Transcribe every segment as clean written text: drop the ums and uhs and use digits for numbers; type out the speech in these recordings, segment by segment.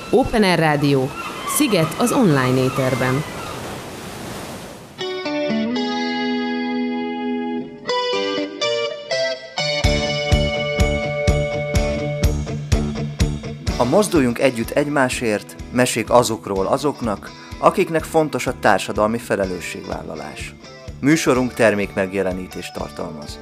Open Air Rádió, Sziget az online éterben. A Mozduljunk együtt egymásért, mesék azokról azoknak, akiknek fontos a társadalmi felelősségvállalás. Műsorunk termékmegjelenítést tartalmaz.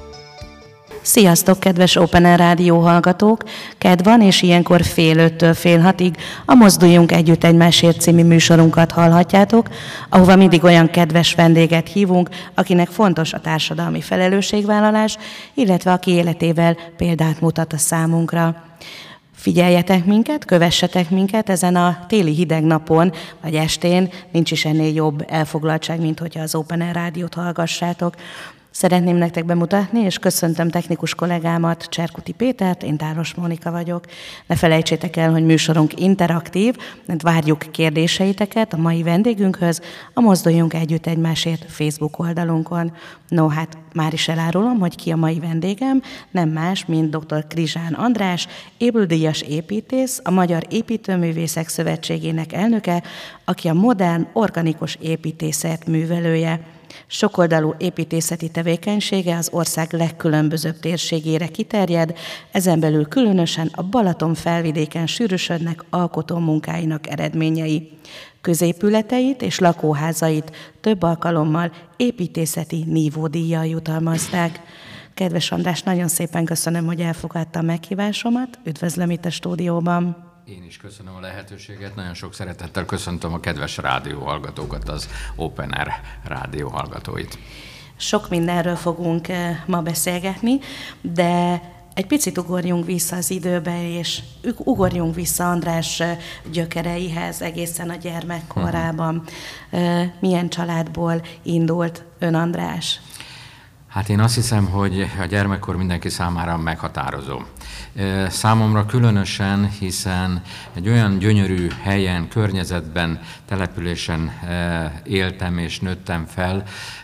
Sziasztok, kedves Open Air Rádió hallgatók! Kedd van, és ilyenkor 4:30-től 5:30 a Mozduljunk együtt egymásért című műsorunkat hallhatjátok, ahova mindig olyan kedves vendéget hívunk, akinek fontos a társadalmi felelősségvállalás, illetve aki életével példát mutat a számunkra. Figyeljetek minket, kövessetek minket ezen a téli hideg napon, vagy estén, nincs is ennél jobb elfoglaltság, mint hogyha az Open Air Rádiót hallgassátok. Szeretném nektek bemutatni, és köszöntöm technikus kollégámat, Cserkuti Pétert, én Táros Mónika vagyok. Ne felejtsétek el, hogy műsorunk interaktív, mert várjuk kérdéseiteket a mai vendégünkhöz, a Mozduljunk együtt egymásért Facebook oldalunkon. No, hát már is elárulom, hogy ki a mai vendégem, nem más, mint dr. Krizsán András, Ébüldíjas építész, a Magyar Építőművészek Szövetségének elnöke, aki a modern, organikus építészet művelője. Sokoldalú építészeti tevékenysége az ország legkülönbözőbb térségére kiterjed, ezen belül különösen a Balaton felvidéken sűrűsödnek alkotó munkáinak eredményei. Középületeit és lakóházait több alkalommal építészeti nívódíjjal jutalmazták. Kedves András, nagyon szépen köszönöm, hogy elfogadta a meghívásomat. Üdvözlöm itt a stúdióban. Én is köszönöm a lehetőséget, nagyon sok szeretettel köszöntöm a kedves rádióhallgatókat, az Open Air rádió hallgatóit. Sok mindenről fogunk ma beszélgetni, de egy picit ugorjunk vissza az időbe, és ugorjunk vissza András gyökereihez egészen a gyermekkorában. Milyen családból indult ön, András? Hát én azt hiszem, hogy a gyermekkor mindenki számára meghatározó. Számomra különösen, hiszen egy olyan gyönyörű helyen, környezetben, településen éltem és nőttem fel,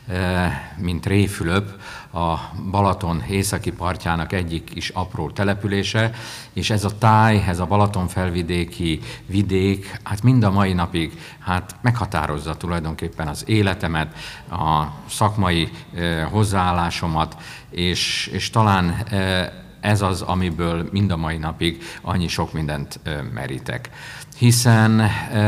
mint Réfülöp, a Balaton északi partjának egyik is apró települése, és ez a táj, ez a Balaton felvidéki vidék, hát mind a mai napig meghatározza tulajdonképpen az életemet, a szakmai hozzáállásomat, és talán ez az, amiből mind a mai napig annyi sok mindent merítek. Hiszen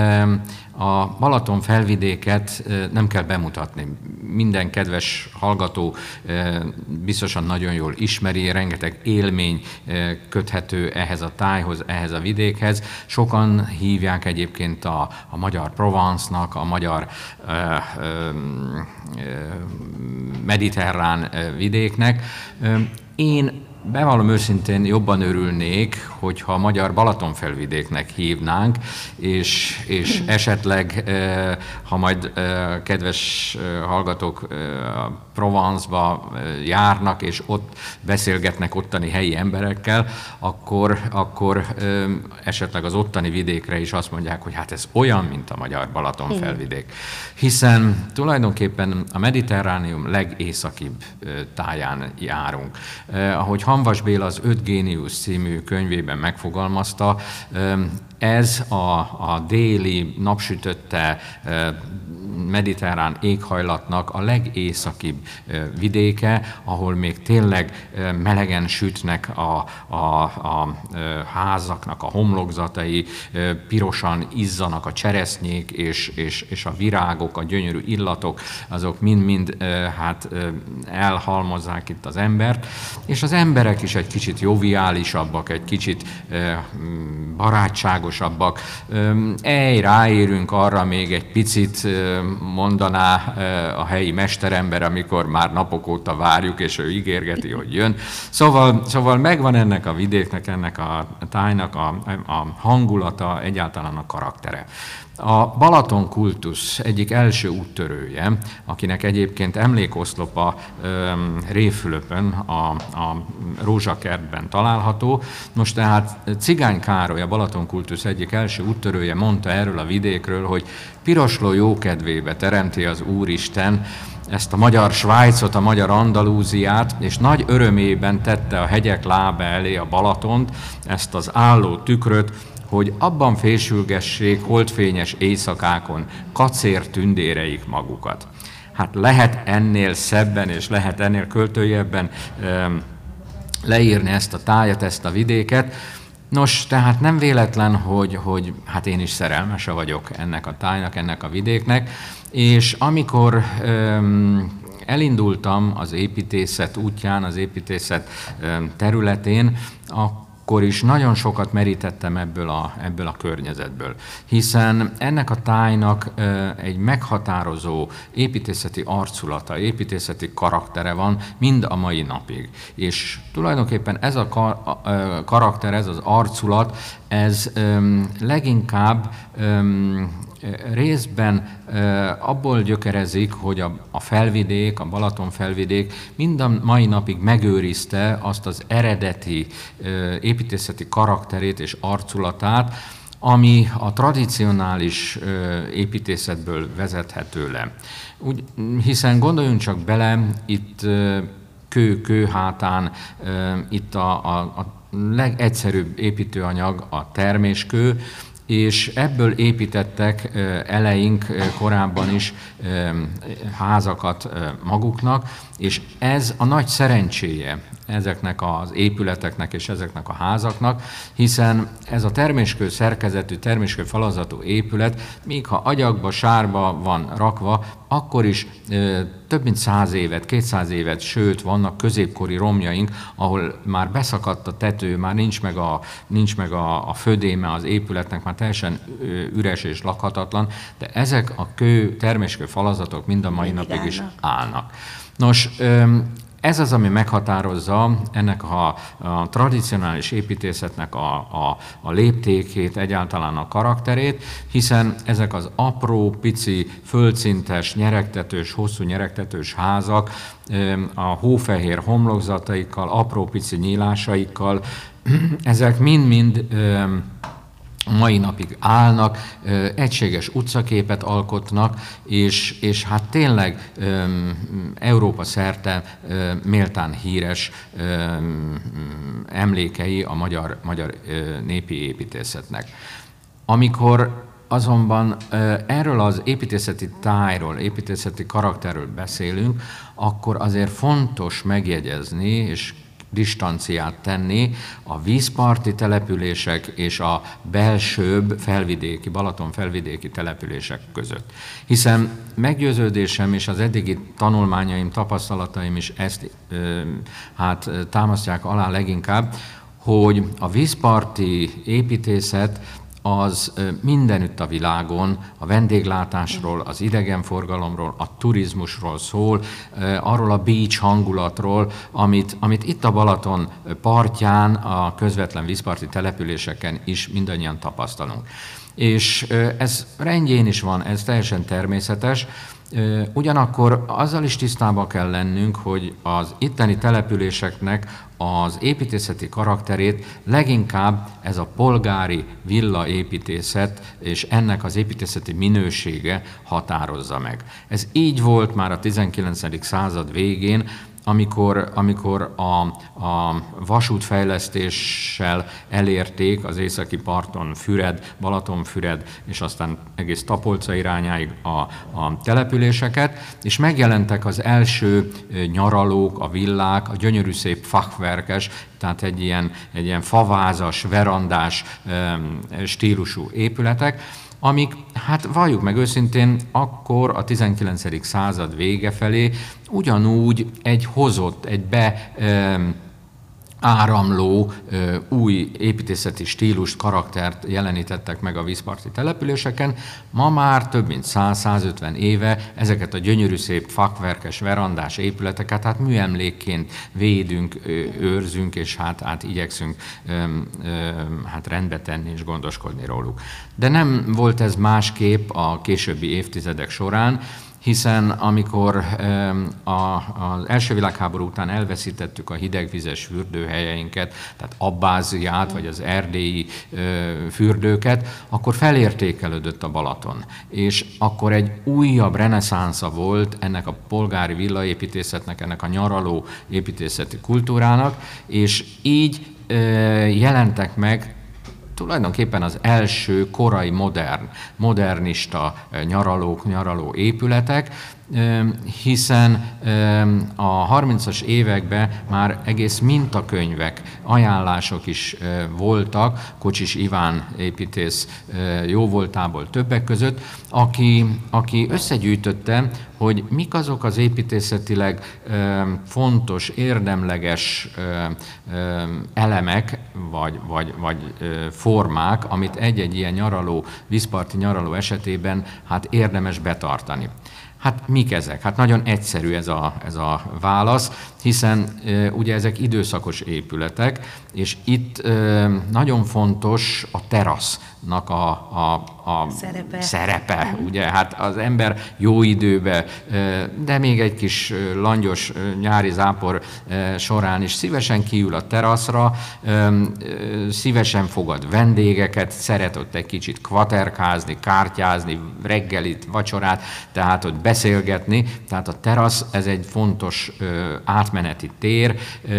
a Balaton felvidéket nem kell bemutatni. Minden kedves hallgató biztosan nagyon jól ismeri, rengeteg élmény köthető ehhez a tájhoz, ehhez a vidékhez. Sokan hívják egyébként a magyar Provence-nak, a magyar mediterrán vidéknek. Én bevallom őszintén, jobban örülnék, hogyha a magyar Balatonfelvidéknek hívnánk, és esetleg, ha majd kedves hallgatók Provence-ba járnak, és ott beszélgetnek ottani helyi emberekkel, akkor esetleg az ottani vidékre is azt mondják, hogy hát ez olyan, mint a magyar Balatonfelvidék. Hiszen tulajdonképpen a Mediterránium legészakibb táján járunk. Ahogy Hamvas Béla az 5 Génius című könyvében megfogalmazta, ez a déli, napsütötte mediterrán éghajlatnak a legészakibb vidéke, ahol még tényleg melegen sütnek a házaknak a homlokzatai, pirosan izzanak a cseresznyék, és a virágok, a gyönyörű illatok, azok mind-mind elhalmozzák itt az embert, és az emberek is egy kicsit joviálisabbak, egy kicsit barátságosabbak. Ráérünk arra még egy picit, mondaná a helyi mesterember, amikor már napok óta várjuk, és ő ígérgeti, hogy jön. Szóval megvan ennek a vidéknek, ennek a tájnak a hangulata, egyáltalán a karaktere. A Balaton kultusz egyik első úttörője, akinek egyébként emlékoszlopa Réfülöpön, a Rózsakertben található. Most tehát Cigány Károly, a Balaton kultusz egyik első úttörője mondta erről a vidékről, hogy pirosló jókedvébe teremti az Úristen ezt a magyar Svájcot, a magyar Andalúziát, és nagy örömében tette a hegyek lába elé a Balatont, ezt az álló tükröt, hogy abban fésülgessék holdfényes éjszakákon kacér tündéreik magukat. Hát lehet ennél szebben és lehet ennél költőjebben leírni ezt a tájat, ezt a vidéket. Nos, tehát nem véletlen, hogy hát én is szerelmese vagyok ennek a tájnak, ennek a vidéknek, és amikor elindultam az építészet útján, az építészet területén, akkor is nagyon sokat merítettem ebből a környezetből. Hiszen ennek a tájnak egy meghatározó építészeti arculata, építészeti karaktere van mind a mai napig. És tulajdonképpen ez a karakter, ez az arculat, ez leginkább részben abból gyökerezik, hogy a felvidék, a Balaton felvidék mind a mai napig megőrizte azt az eredeti építészeti karakterét és arculatát, ami a tradicionális építészetből vezethető le. Hiszen gondoljunk csak bele, itt kő hátán, itt a legegyszerűbb építőanyag a terméskő, és ebből építettek eleink korábban is házakat maguknak, és ez a nagy szerencséje ezeknek az épületeknek és ezeknek a házaknak, hiszen ez a terméskő szerkezetű, terméskő falazatú épület, míg ha agyagba, sárba van rakva, akkor is több mint 100 évet, 200 évet, sőt, vannak középkori romjaink, ahol már beszakadt a tető, már nincs meg a födéme az épületnek, már teljesen üres és lakhatatlan, de ezek a terméskő falazatok mind a mai napig is állnak. Nos, ez az, ami meghatározza ennek a tradicionális építészetnek a léptékét, egyáltalán a karakterét, hiszen ezek az apró, pici, földszintes, nyeregtetős, hosszú nyeregtetős házak, a hófehér homlokzataikkal, apró, pici nyílásaikkal, ezek mind-mind mai napig állnak, egységes utcaképet alkotnak, és hát tényleg Európa szerte méltán híres emlékei a magyar népi építészetnek. Amikor azonban erről az építészeti tájról, építészeti karakterről beszélünk, akkor azért fontos megjegyezni, és distanciát tenni a vízparti települések és a belsőbb felvidéki, Balaton felvidéki települések között. Hiszen meggyőződésem és az eddigi tanulmányaim, tapasztalataim is ezt támasztják alá leginkább, hogy a vízparti építészet az mindenütt a világon a vendéglátásról, az idegenforgalomról, a turizmusról szól, arról a beach hangulatról, amit itt a Balaton partján, a közvetlen vízparti településeken is mindannyian tapasztalunk. És ez rendjén is van, ez teljesen természetes, ugyanakkor azzal is tisztában kell lennünk, hogy az itteni településeknek az építészeti karakterét leginkább ez a polgári villaépítészet és ennek az építészeti minősége határozza meg. Ez így volt már a 19. század végén, amikor a vasútfejlesztéssel elérték az északi parton Füred, Balatonfüred, és aztán egész Tapolca irányáig a településeket, és megjelentek az első nyaralók, a villák, a gyönyörű szép fachwerkes, tehát egy ilyen favázas, verandás stílusú épületek, amik, hát valljuk meg őszintén, akkor a 19. század vége felé ugyanúgy egy hozott, egy áramló új építészeti stílust, karaktert jelenítettek meg a vízparti településeken. Ma már több mint 100-150 éve ezeket a gyönyörű szép fachwerkes, verandás épületeket hát műemlékként védünk, őrzünk, és hát igyekszünk rendbe tenni és gondoskodni róluk. De nem volt ez másképp a későbbi évtizedek során, hiszen amikor az első világháború után elveszítettük a hidegvizes fürdőhelyeinket, tehát Abbáziát, vagy az erdélyi fürdőket, akkor felértékelődött a Balaton. És akkor egy újabb reneszánsza volt ennek a polgári villaépítészetnek, ennek a nyaraló építészeti kultúrának, és így jelentek meg tulajdonképpen az első korai modernista nyaraló épületek, hiszen a 30-as években már egész mintakönyvek, ajánlások is voltak, Kocsis Iván építész jóvoltából többek között, aki összegyűjtötte, hogy mik azok az építészetileg fontos, érdemleges elemek vagy formák, amit egy-egy ilyen vízparti nyaraló esetében hát érdemes betartani. Hát mik ezek? Hát nagyon egyszerű ez a válasz, hiszen ugye ezek időszakos épületek, és itt nagyon fontos a terasznak a szerepe. Ugye, hát az ember jó időben, de még egy kis langyos nyári zápor során is szívesen kiül a teraszra, szívesen fogad vendégeket, szeret ott egy kicsit kvaterkázni, kártyázni, reggelit, vacsorát, tehát ott beszélgetni. Tehát a terasz, ez egy fontos átmeneti tér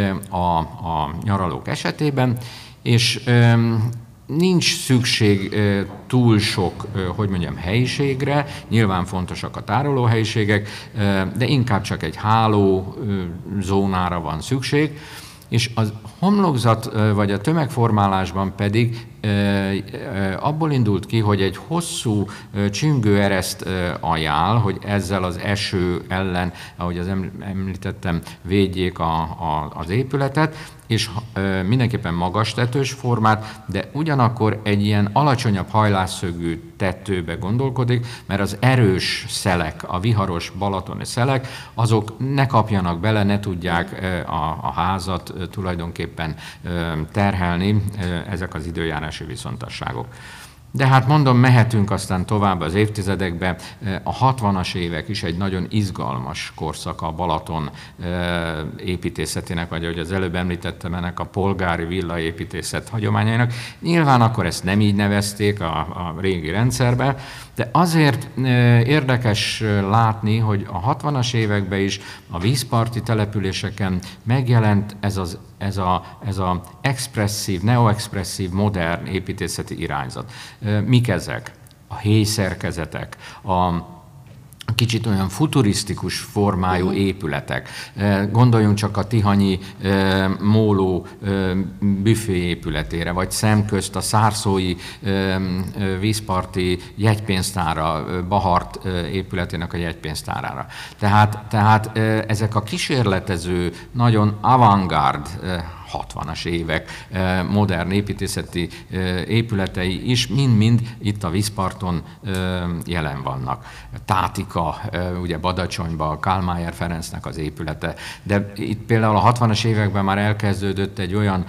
a nyaralók esetében, és nincs szükség túl sok, helyiségre, nyilván fontosak a tárolóhelyiségek, de inkább csak egy hálózónára van szükség, és a homlokzat vagy a tömegformálásban pedig abból indult ki, hogy egy hosszú csüngőereszt ajánl, hogy ezzel az eső ellen, ahogy az említettem, védjék az épületet, és mindenképpen magas tetős formát, de ugyanakkor egy ilyen alacsonyabb hajlásszögű tetőbe gondolkodik, mert az erős szelek, a viharos balatoni szelek, azok ne kapjanak bele, ne tudják a házat tulajdonképpen terhelni ezek az időjárási viszontagságok. De hát mondom, mehetünk aztán tovább az évtizedekbe. A 60-as évek is egy nagyon izgalmas korszak a Balaton építészetének, vagy ahogy az előbb említettem, ennek a polgári villaépítészet hagyományainak. Nyilván akkor ezt nem így nevezték a régi rendszerben, de azért érdekes látni, hogy a 60-as években is a vízparti településeken megjelent ez a expresszív, neoexpresszív, modern építészeti irányzat. Mik ezek? A héjszerkezetek, a kicsit olyan futurisztikus formájú épületek. Gondoljunk csak a tihanyi móló büfé épületére, vagy szemközt a szárszói vízparti jegypénztára, Bahart épületének a jegypénztárára. Tehát ezek a kísérletező, nagyon avantgárd 60-as évek modern építészeti épületei is mind-mind itt a vízparton jelen vannak. Tátika, ugye Badacsonyban, Kálmájer Ferencnek az épülete, de itt például a 60-as években már elkezdődött egy olyan,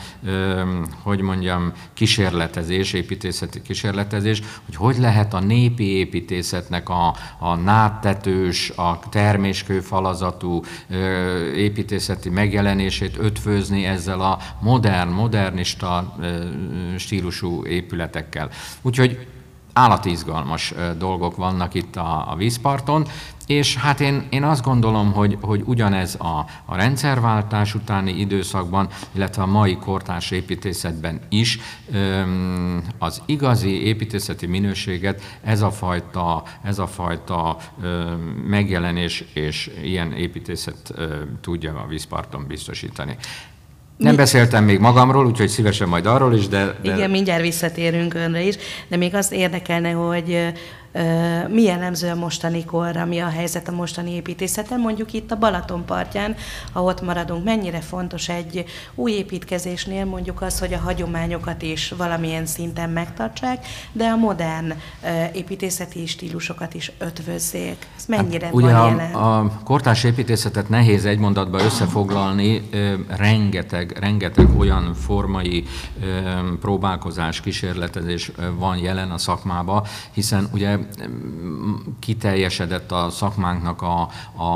kísérletezés, építészeti kísérletezés, hogy lehet a népi építészetnek a nádtetős, a terméskőfalazatú építészeti megjelenését ötvözni ezzel a modernista stílusú épületekkel. Úgyhogy állati izgalmas dolgok vannak itt a vízparton, és hát én azt gondolom, hogy ugyanez a rendszerváltás utáni időszakban, illetve a mai kortárs építészetben is az igazi építészeti minőséget ez a fajta megjelenés és ilyen építészet tudja a vízparton biztosítani. Nem beszéltem még magamról, úgyhogy szívesen majd arról is, de... Igen, mindjárt visszatérünk önre is, de még azt érdekelne, hogy mi jellemző a mostani korra, mi a helyzet a mostani építészeten, mondjuk itt a Balaton partján, ha ott maradunk, mennyire fontos egy új építkezésnél mondjuk az, hogy a hagyományokat is valamilyen szinten megtartsák, de a modern építészeti stílusokat is ötvözzék. Ez mennyire van jelen? A kortárs építészetet nehéz egy mondatba összefoglalni, rengeteg olyan formai próbálkozás, kísérletezés van jelen a szakmában, hiszen ugye kiteljesedett a szakmánknak a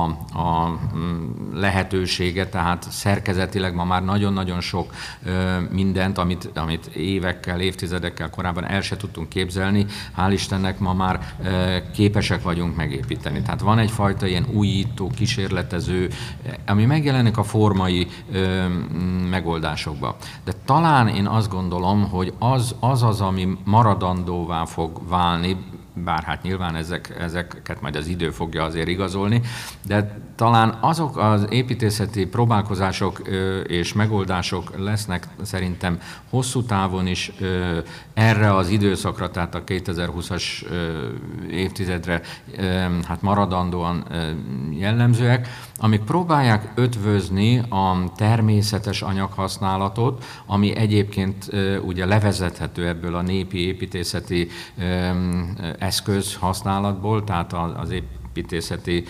lehetősége, tehát szerkezetileg ma már nagyon-nagyon sok mindent, amit évekkel, évtizedekkel korábban el se tudtunk képzelni, hál' Istennek ma már képesek vagyunk megépíteni. Tehát van egyfajta ilyen újító, kísérletező, ami megjelenik a formai megoldásokba. De talán én azt gondolom, hogy az, ami maradandóvá fog válni, bár hát nyilván ezeket majd az idő fogja azért igazolni, de talán azok az építészeti próbálkozások és megoldások lesznek szerintem hosszú távon is erre az időszakra, tehát a 2020-as évtizedre hát maradandóan jellemzőek, amik próbálják ötvözni a természetes anyaghasználatot, ami egyébként ugye levezethető ebből a népi építészeti eszköz használatból, tehát az építészeti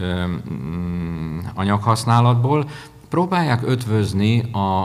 anyaghasználatból, próbálják ötvözni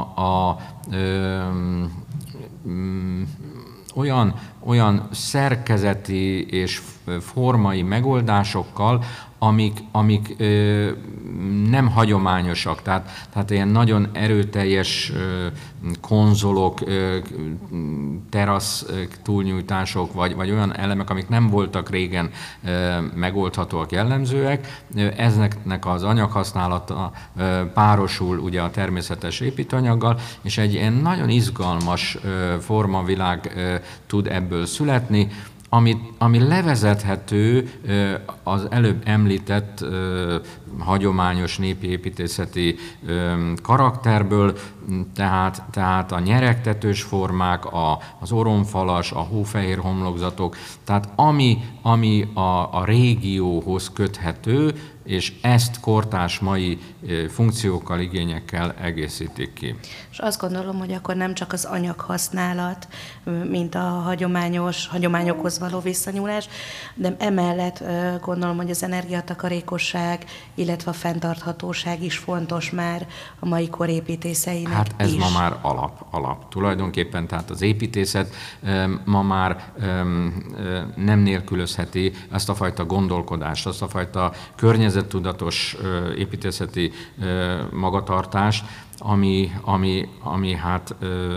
olyan szerkezeti és formai megoldásokkal, amik nem hagyományosak, tehát ilyen nagyon erőteljes konzolok, terasz túlnyújtások, vagy olyan elemek, amik nem voltak régen megoldhatóak, jellemzőek. Ezeknek az anyaghasználata párosul ugye a természetes építőanyaggal, és egy ilyen nagyon izgalmas formavilág tud ebből születni, ami levezethető az előbb említett hagyományos népi építészeti karakterből, tehát a nyeregtetős formák, az oromfalas, a hófehér homlokzatok, tehát ami a régióhoz köthető, és ezt kortárs mai funkciókkal, igényekkel egészítik ki. És azt gondolom, hogy akkor nem csak az anyaghasználat, mint a hagyományokhoz való visszanyúlás, de emellett gondolom, hogy az energiatakarékosság, illetve a fenntarthatóság is fontos már a mai kor építészeinek. Hát ez is. ma már alap. Tulajdonképpen tehát az építészet ma már nem nélkülözheti ezt a fajta gondolkodást, azt a fajta környezettudatos építészeti magatartást, ami hát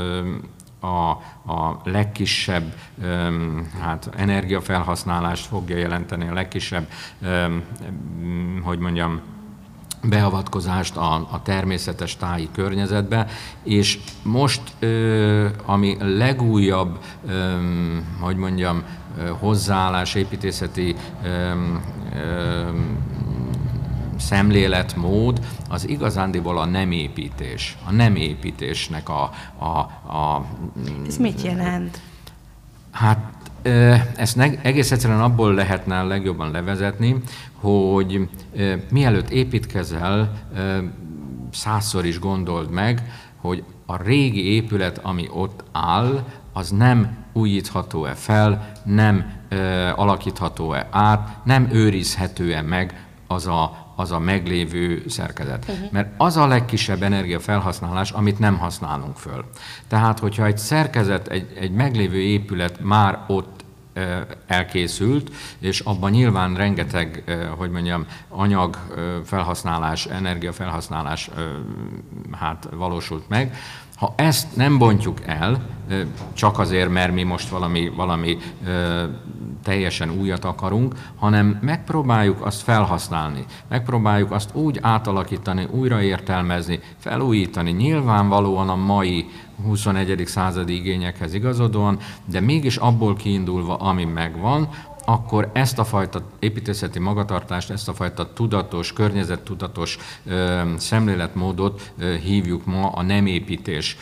a legkisebb energiafelhasználást fogja jelenteni, a legkisebb, beavatkozást a természetes táji környezetbe, és most, ami legújabb, hozzáállás, építészeti szemléletmód, az igazándiból a nem építés. A nem építésnek Ez mit jelent? Hát ezt egész egyszerűen abból lehetne a legjobban levezetni, hogy mielőtt építkezel, 100-szor is gondold meg, hogy a régi épület, ami ott áll, az nem újítható-e fel, nem alakítható-e át, nem őrizhető-e meg az a meglévő szerkezet. Mert az a legkisebb energiafelhasználás, amit nem használunk föl. Tehát, hogyha egy szerkezet, egy meglévő épület már ott elkészült, és abban nyilván rengeteg, anyagfelhasználás, energiafelhasználás valósult meg. Ha ezt nem bontjuk el, csak azért, mert mi most valami teljesen újat akarunk, hanem megpróbáljuk azt felhasználni, megpróbáljuk azt úgy átalakítani, újraértelmezni, felújítani, nyilvánvalóan a mai 21. századi igényekhez igazodóan, de mégis abból kiindulva, ami megvan, akkor ezt a fajta építészeti magatartást, ezt a fajta tudatos, környezettudatos szemléletmódot hívjuk ma a nem építés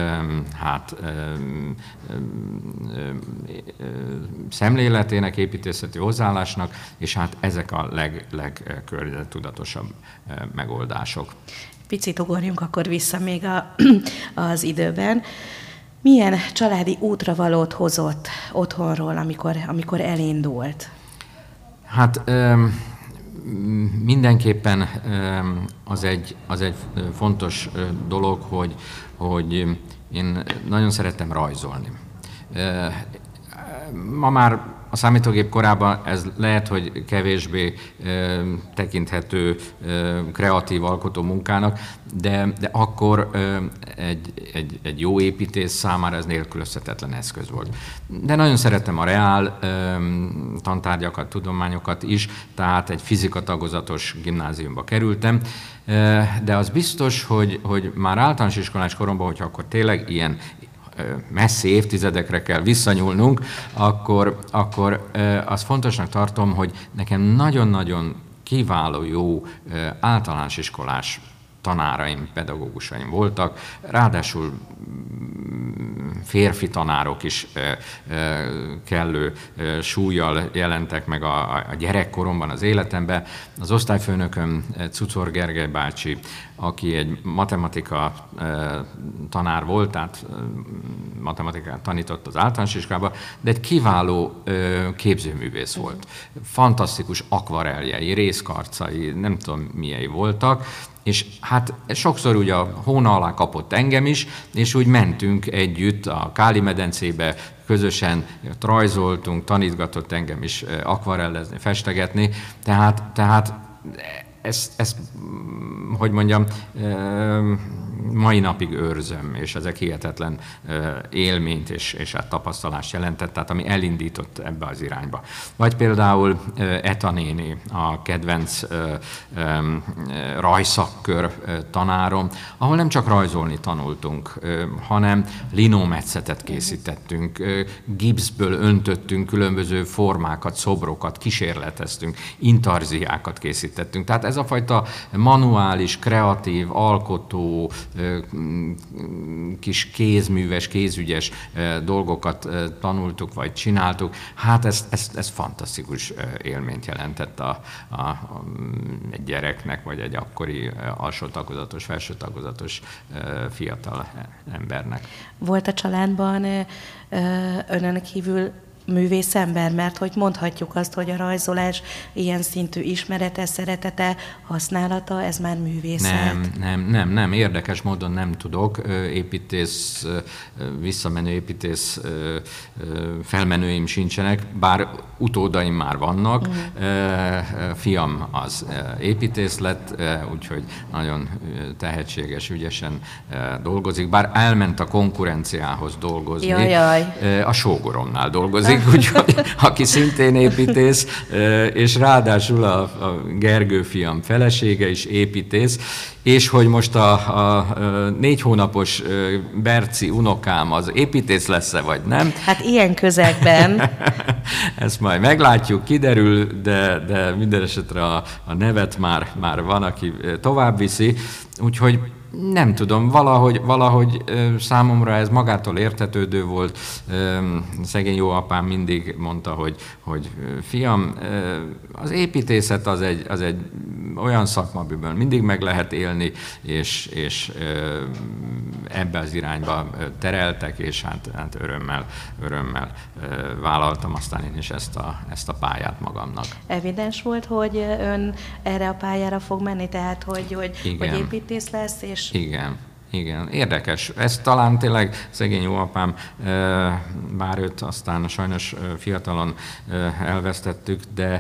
szemléletének, építészeti hozzáállásnak, és hát ezek a legkörnyezettudatosabb megoldások. Picit ugorjunk akkor vissza még az időben. Milyen családi útravalót hozott otthonról, amikor elindult? Hát mindenképpen az egy fontos dolog, hogy én nagyon szerettem rajzolni. Ma már A számítógép korában ez lehet, hogy kevésbé tekinthető kreatív alkotó munkának, de akkor egy jó építész számára ez nélkülözhetetlen eszköz volt. De nagyon szerettem a reál tantárgyakat, tudományokat is, tehát egy fizika tagozatos gimnáziumba kerültem, de az biztos, hogy már általános iskolás koromban, hogyha akkor tényleg ilyen messzi évtizedekre kell visszanyúlnunk, akkor azt fontosnak tartom, hogy nekem nagyon-nagyon kiváló jó általános iskolás tanáraim, pedagógusaim voltak, ráadásul férfi tanárok is kellő súllyal jelentek meg a gyerekkoromban, az életemben. Az osztályfőnököm Cucor Gergely bácsi, aki egy matematika tanár volt, tehát matematikát tanított az általános iskolában, de egy kiváló képzőművész volt. Fantasztikus akvareljei, részkarcai, nem tudom milyei voltak, és hát sokszor ugye a hóna alá kapott engem is, és úgy mentünk együtt a Káli-medencébe, közösen rajzoltunk, tanítgatott engem is akvarellezni, festegetni, tehát ezt hogy mondjam, mai napig őrzöm, és ezek hihetetlen élményt és tapasztalást jelentett, tehát ami elindított ebbe az irányba. Vagy például Eta néni, a kedvenc rajszakkör tanárom, ahol nem csak rajzolni tanultunk, hanem linómetszetet készítettünk, gipszből öntöttünk különböző formákat, szobrokat, kísérleteztünk, intarziákat készítettünk. Tehát ez a fajta manuális, kreatív, alkotó, kis kézműves, kézügyes dolgokat tanultuk, vagy csináltuk. Hát ez fantasztikus élményt jelentett egy gyereknek, vagy egy akkori alsó tagozatos, felső tagozatos fiatal embernek. Volt a családban önön kívül művész ember, mert hogy mondhatjuk azt, hogy a rajzolás ilyen szintű ismerete, szeretete, használata, ez már művészet. Nem, érdekes módon nem tudok. Építész, visszamenő építész felmenőim sincsenek, bár utódaim már vannak. Fiam az építész lett, úgyhogy nagyon tehetséges, ügyesen dolgozik, bár elment a konkurenciához dolgozni. Jaj. A sógoromnál dolgozik, úgyhogy, aki szintén építész, és ráadásul a Gergő fiam felesége is építész, és hogy most a 4 hónapos Berci unokám az építész lesz-e, vagy nem? Hát ilyen közegben. Ezt majd meglátjuk, kiderül, de minden esetre a nevet már van, aki tovább viszi, úgyhogy nem tudom, valahogy számomra ez magától értetődő volt. Szegény jó apám mindig mondta, hogy fiam, az építészet az egy olyan szakma, amiből mindig meg lehet élni, és ebbe az irányba tereltek, és hát örömmel vállaltam aztán én is ezt a pályát magamnak. Evidens volt, hogy ön erre a pályára fog menni, tehát hogy építész lesz, és... Igen, érdekes. Ez talán tényleg szegény jó apám, bár őt aztán sajnos fiatalon elvesztettük, de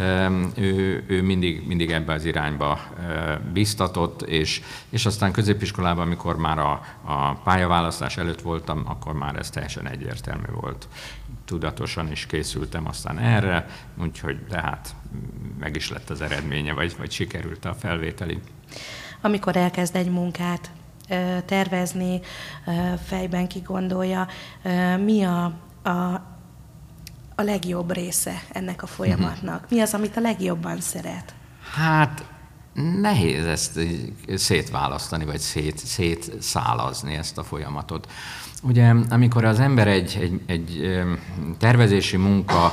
ő mindig ebbe az irányba biztatott, és aztán középiskolában, amikor már a pályaválasztás előtt voltam, akkor már ez teljesen egyértelmű volt. Tudatosan is készültem aztán erre, úgyhogy tehát meg is lett az eredménye, vagy sikerült a felvételi. Amikor elkezd egy munkát tervezni, fejben kigondolja, mi a legjobb része ennek a folyamatnak? Mi az, amit a legjobban szeret? Hát nehéz ezt szétválasztani, vagy szétszálazni ezt a folyamatot. Ugye, amikor az ember egy tervezési munka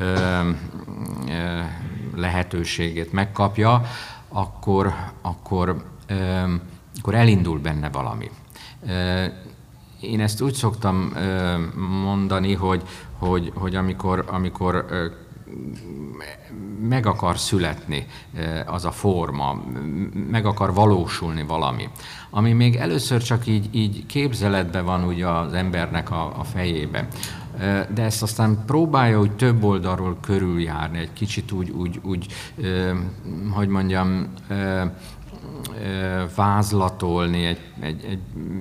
lehetőségét megkapja, akkor elindul benne valami. Én ezt úgy szoktam mondani, hogy amikor meg akar születni az a forma, meg akar valósulni valami, ami még először csak így képzeletben van ugye az embernek a fejébe. De ezt aztán próbálja úgy több oldalról körüljárni, egy kicsit úgy hogy mondjam, vázlatolni, egy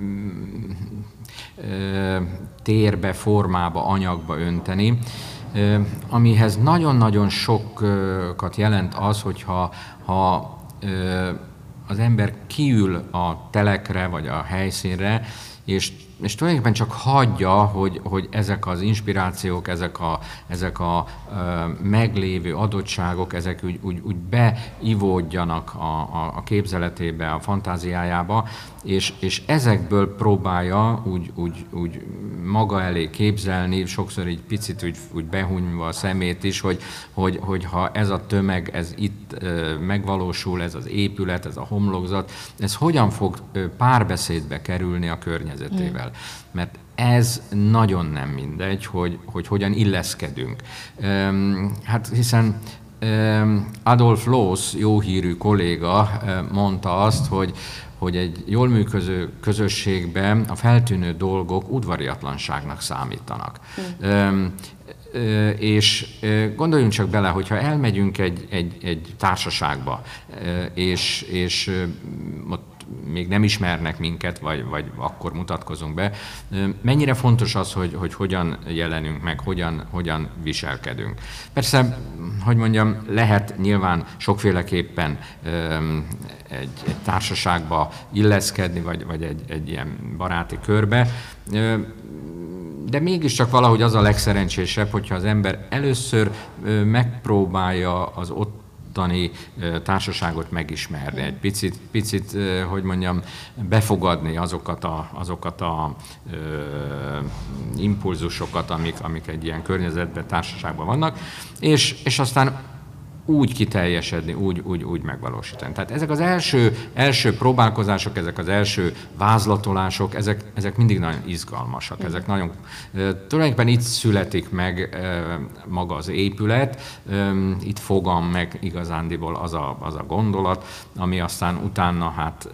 térbe, formába, anyagba önteni, amihez nagyon-nagyon sokat jelent az, hogyha az ember kiül a telekre, vagy a helyszínre, és tulajdonképpen csak hagyja, hogy ezek az inspirációk, ezek a meglévő adottságok, ezek úgy beivódjanak a képzeletébe, a fantáziájába, és ezekből próbálja úgy maga elé képzelni, sokszor egy picit úgy behunyva a szemét is, hogy ha ez a tömeg, ez itt megvalósul, ez az épület, ez a homlokzat, ez hogyan fog párbeszédbe kerülni a környezetével. Mert ez nagyon nem mindegy, hogy hogyan illeszkedünk. Hát hiszen Adolf Loos, jó hírű kolléga mondta azt, hogy egy jól működő közösségben a feltűnő dolgok udvariatlanságnak számítanak. És gondoljunk csak bele, hogyha elmegyünk egy társaságba, és ott még nem ismernek minket, vagy akkor mutatkozunk be, mennyire fontos az, hogy hogyan jelenünk meg, hogyan viselkedünk. Persze, hogy mondjam, lehet nyilván sokféleképpen egy társaságba illeszkedni, vagy egy ilyen baráti körbe, de mégiscsak valahogy az a legszerencsésebb, hogyha az ember először megpróbálja az ottani társaságot megismerni, egy picit, hogy mondjam, befogadni azokat a impulzusokat, amik egy ilyen környezetben, társaságban vannak, és aztán úgy kiteljesedni, úgy megvalósítani. Tehát ezek az első próbálkozások, ezek az első vázlatolások, ezek mindig nagyon izgalmasak. Ezek nagyon, tulajdonképpen itt születik meg maga az épület, itt fogam meg igazándiból az a gondolat, ami aztán utána hát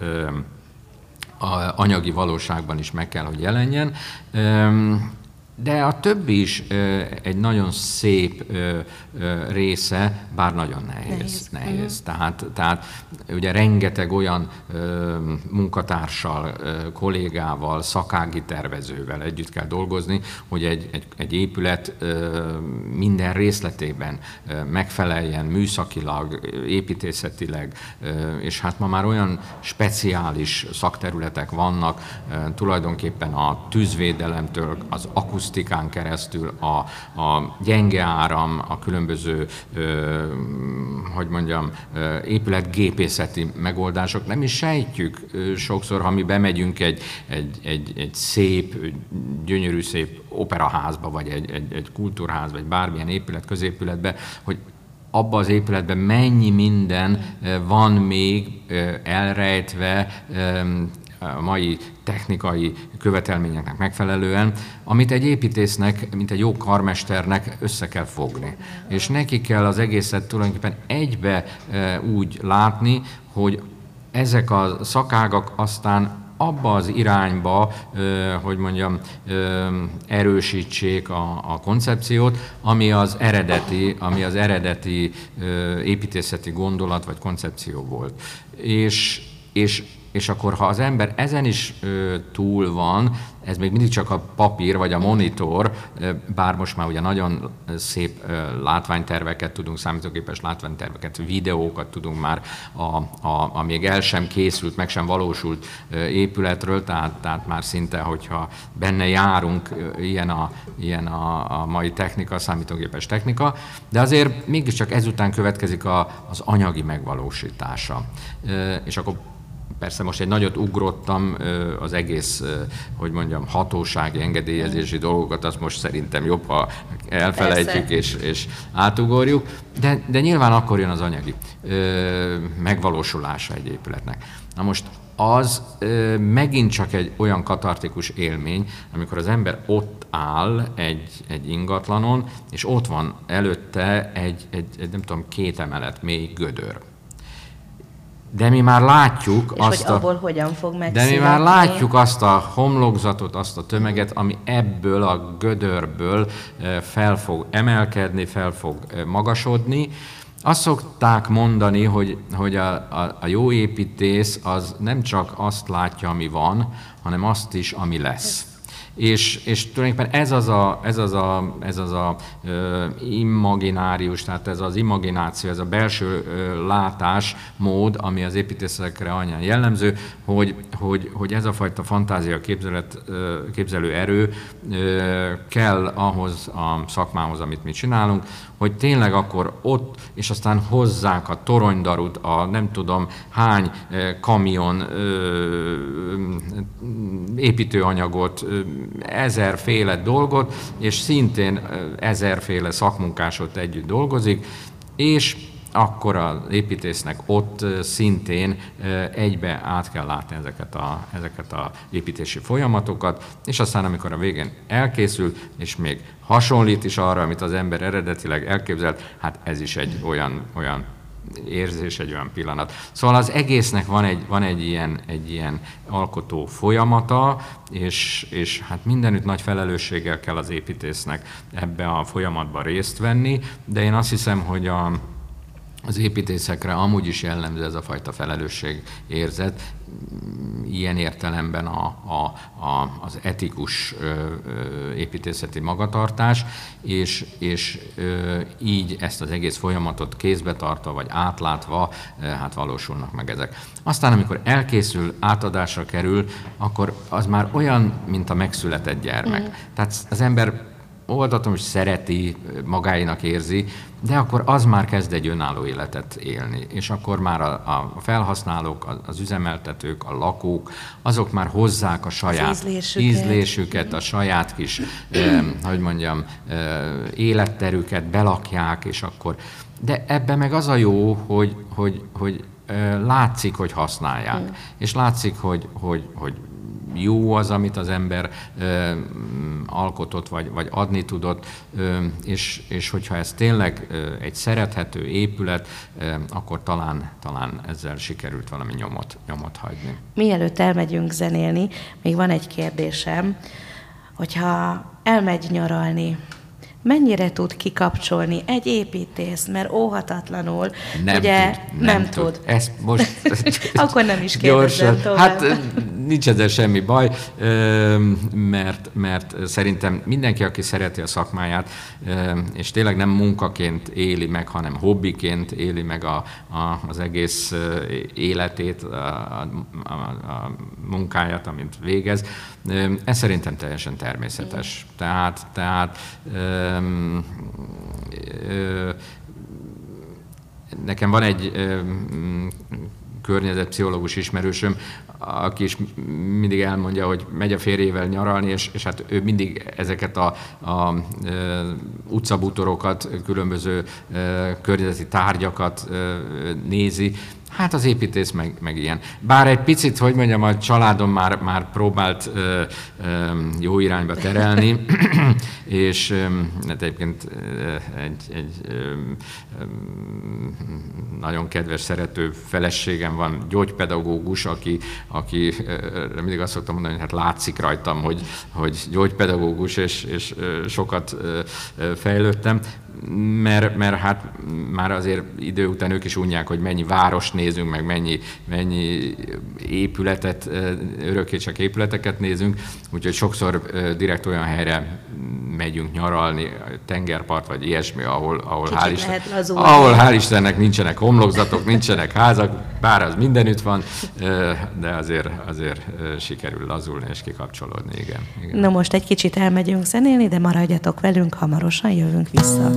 a anyagi valóságban is meg kell, hogy jelenjen. De a többi is egy nagyon szép része, bár nagyon nehéz. Tehát ugye rengeteg olyan munkatársal, kollégával, szakági tervezővel együtt kell dolgozni, hogy egy épület minden részletében megfeleljen műszakilag, építészetileg, és hát ma már olyan speciális szakterületek vannak, tulajdonképpen a tűzvédelemtől, az akusztikán keresztül, a gyenge áram, a különböző, hogy mondjam, épületgépészeti megoldások. Nem is sejtjük sokszor, ha mi bemegyünk egy szép, gyönyörű szép operaházba, vagy egy kultúrház, vagy bármilyen épület, középületbe, hogy abban az épületben mennyi minden van még elrejtve a mai technikai követelményeknek megfelelően, amit egy építésznek, mint egy jó karmesternek össze kell fogni. És neki kell az egészet tulajdonképpen egybe úgy látni, hogy ezek a szakágak aztán abba az irányba, hogy mondjam, erősítsék a koncepciót, ami az eredeti építészeti gondolat vagy koncepció volt. És akkor, ha az ember ezen is túl van, ez még mindig csak a papír vagy a monitor, bár most már ugye nagyon szép látványterveket tudunk, számítógépes látványterveket, videókat tudunk már a még el sem készült, meg sem valósult épületről, tehát már szinte, hogyha benne járunk, ilyen a mai technika, a számítógépes technika, de azért mégiscsak ezután következik az anyagi megvalósítása. És akkor persze most egy nagyot ugrottam, az egész, hogy mondjam, hatósági, engedélyezési dolgokat, azt most szerintem jobb, ha elfelejtjük és átugorjuk, de nyilván akkor jön az anyagi megvalósulása egy épületnek. Na most az megint csak egy olyan katartikus élmény, amikor az ember ott áll egy ingatlanon, és ott van előtte egy nem tudom, 2 emelet mély gödör. De mi már látjuk és hogy abból hogyan fog megszületni. De mi már látjuk azt a homlokzatot, azt a tömeget, ami ebből a gödörből fel fog emelkedni, fel fog magasodni. Azt szokták mondani, hogy a jó építész az nem csak azt látja, ami van, hanem azt is, ami lesz. És tulajdonképpen ez az a imaginárius, tehát ez az imagináció, ez a belső látásmód, ami az építészekre annyian jellemző, hogy ez a fajta fantázia, képzelő erő kell ahhoz a szakmához, amit mi csinálunk, hogy tényleg akkor ott, és aztán hozzák a toronydarut, a nem tudom hány kamion építőanyagot, 1000-féle dolgot, és szintén 1000-féle szakmunkás ott együtt dolgozik, és akkor az építésznek ott szintén egybe át kell látni ezeket a építési folyamatokat, és aztán amikor a végén elkészül, és még hasonlít is arra, amit az ember eredetileg elképzelt, hát ez is egy olyan érzés, egy olyan pillanat. Szóval az egésznek van egy ilyen alkotó folyamata, és hát mindenütt nagy felelősséggel kell az építésznek ebbe a folyamatban részt venni, de én azt hiszem, hogy az építészekre amúgy is jellemző ez a fajta felelősségérzet, ilyen értelemben az etikus építészeti magatartás, és így ezt az egész folyamatot kézbe tartva, vagy átlátva, hát valósulnak meg ezek. Aztán, amikor elkészül, átadásra kerül, akkor az már olyan, mint a megszületett gyermek. Tehát az ember oldatom, hogy szereti, magáénak érzi, de akkor az már kezd egy önálló életet élni. És akkor már a felhasználók, az üzemeltetők, a lakók, azok már hozzák a saját ízlésüket, a saját kis, életterüket, belakják, és akkor... De ebben meg az a jó, hogy látszik, hogy használják. És látszik, hogy jó az, amit az ember alkotott, vagy adni tudott, és hogyha ez tényleg egy szerethető épület, akkor talán ezzel sikerült valami nyomot hagyni. Mielőtt elmegyünk zenélni, még van egy kérdésem, hogyha elmegy nyaralni, mennyire tud kikapcsolni egy építész, mert óhatatlanul, nem tud. Ezt most akkor nem is kérdezem tovább. Hát nincs ezzel semmi baj, mert szerintem mindenki, aki szereti a szakmáját, és tényleg nem munkaként éli meg, hanem hobbiként éli meg az egész életét, a munkáját, amit végez, ez szerintem teljesen természetes. Tehát nekem van egy környezetpszichológus ismerősöm, aki is mindig elmondja, hogy megy a férjével nyaralni, és hát ő mindig ezeket a utcabútorokat, különböző környezeti tárgyakat nézi. Hát az építész meg ilyen. Bár egy picit, hogy mondjam, a családom már próbált jó irányba terelni, és hát egyébként egy nagyon kedves, szerető feleségem van, gyógypedagógus, aki mindig azt szoktam mondani, hogy hát látszik rajtam, hogy gyógypedagógus, és sokat fejlődtem, mert hát már azért idő után ők is unják, hogy mennyi várost nézünk, meg mennyi épületet, örökké csak épületeket nézünk, úgyhogy sokszor direkt olyan helyre megyünk nyaralni, tengerpart vagy ilyesmi, ahol hál' Istennek nincsenek homlokzatok, nincsenek házak, bár az mindenütt van, de azért sikerül lazulni és kikapcsolódni, igen. Na most egy kicsit elmegyünk zenélni, de maradjatok velünk, hamarosan jövünk vissza.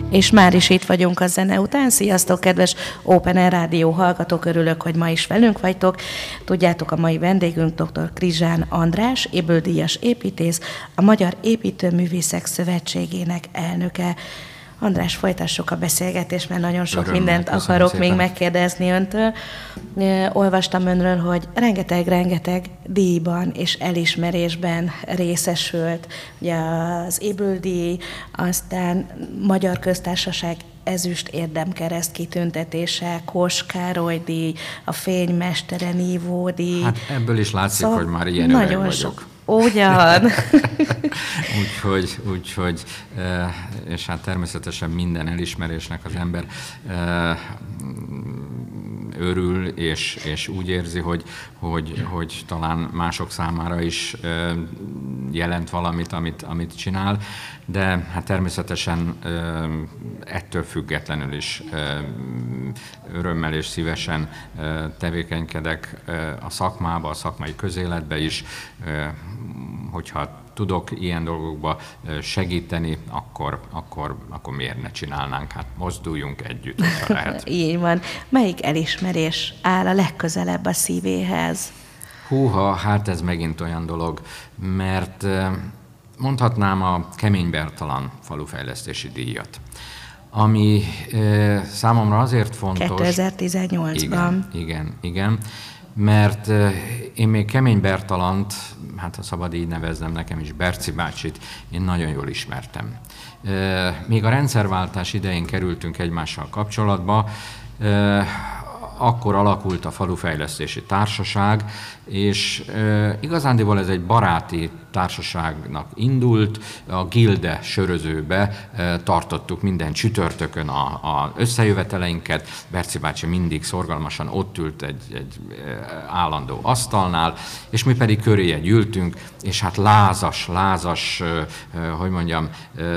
És már is itt vagyunk a zene után. Sziasztok, kedves Open Air Rádió hallgatók! Örülök, hogy ma is velünk vagytok. Tudjátok, a mai vendégünk dr. Krizsán András, Éből-díjas építész, a Magyar Építőművészek Szövetségének elnöke. András, folytassuk a beszélgetést, mert nagyon sok mindent akarok még megkérdezni öntől. Olvastam önről, hogy rengeteg díjban és elismerésben részesült. Ugye az Éből-díj, aztán Magyar Köztársaság ezüst érdemkereszt kitüntetése, Kos Károly díj, a Fénymestere nívódíj. Hát ebből is látszik, hogy már ilyen öreg vagyok. Ugyan. úgyhogy, és hát természetesen minden elismerésnek az ember örül, és úgy érzi, hogy talán mások számára is jelent valamit, amit csinál, de hát természetesen ettől függetlenül is örömmel és szívesen tevékenykedek a szakmába, a szakmai közéletbe is, hogyha tudok ilyen dolgokba segíteni, akkor miért ne csinálnánk? Hát mozduljunk együtt, ha lehet. Így van. Melyik elismerés áll a legközelebb a szívéhez? Húha, hát ez megint olyan dolog, mert mondhatnám a Kemény Bertalan falufejlesztési díjat, ami számomra azért fontos... 2018-ban. Igen. Mert én még Kemény Bertalant, hát ha szabad így neveznem, nekem is Berci bácsit, én nagyon jól ismertem. Még a rendszerváltás idején kerültünk egymással kapcsolatba, akkor alakult a Falufejlesztési Társaság, és igazándiból ez egy baráti társaságnak indult, a Gilde sörözőbe tartottuk minden csütörtökön az összejöveteleinket, Berci bácsi mindig szorgalmasan ott ült egy állandó asztalnál, és mi pedig köréje gyűltünk, és hát lázas, hogy mondjam,